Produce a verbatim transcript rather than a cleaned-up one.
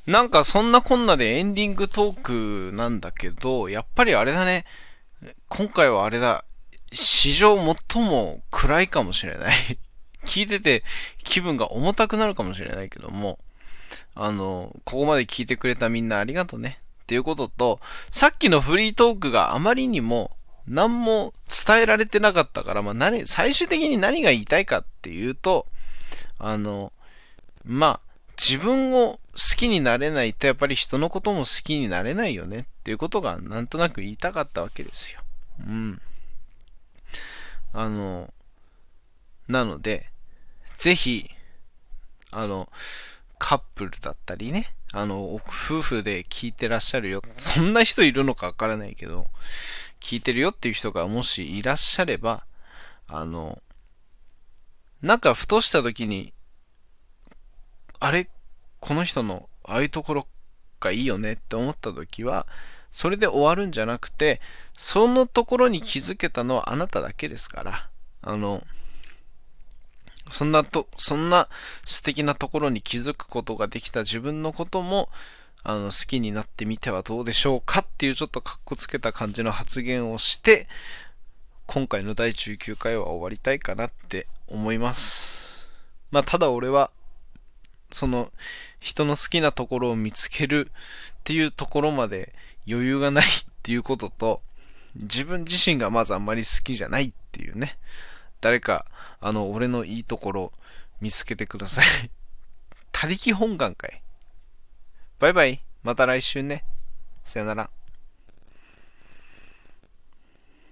なんかそんなこんなでエンディングトークなんだけど、やっぱりあれだね。今回はあれだ。史上最も暗いかもしれない。聞いてて気分が重たくなるかもしれないけども、あの、ここまで聞いてくれたみんなありがとね。っていうことと、さっきのフリートークがあまりにも何も伝えられてなかったから、まあ何、最終的に何が言いたいかっていうと、あの、まあ、自分を好きになれないとやっぱり人のことも好きになれないよねっていうことがなんとなく言いたかったわけですよ。うん。あの、なので、ぜひ、あの、カップルだったりね、あの、夫婦で聞いてらっしゃるよ。そんな人いるのかわからないけど、聞いてるよっていう人がもしいらっしゃれば、あの、なんかふとした時に、あれこの人のああいうところがいいよねって思った時は、それで終わるんじゃなくて、そのところに気づけたのはあなただけですから、あの、そんなと、そんな素敵なところに気づくことができた自分のことも、あの、好きになってみてはどうでしょうかっていうちょっとカッコつけた感じの発言をして、今回のだいじゅうきゅうかいは終わりたいかなって思います。まあ、ただ俺は、その、人の好きなところを見つけるっていうところまで余裕がないっていうことと、自分自身がまずあんまり好きじゃないっていうね。誰か、あの、俺のいいところ見つけてください。他力本願会。バイバイ。また来週ね。さよなら。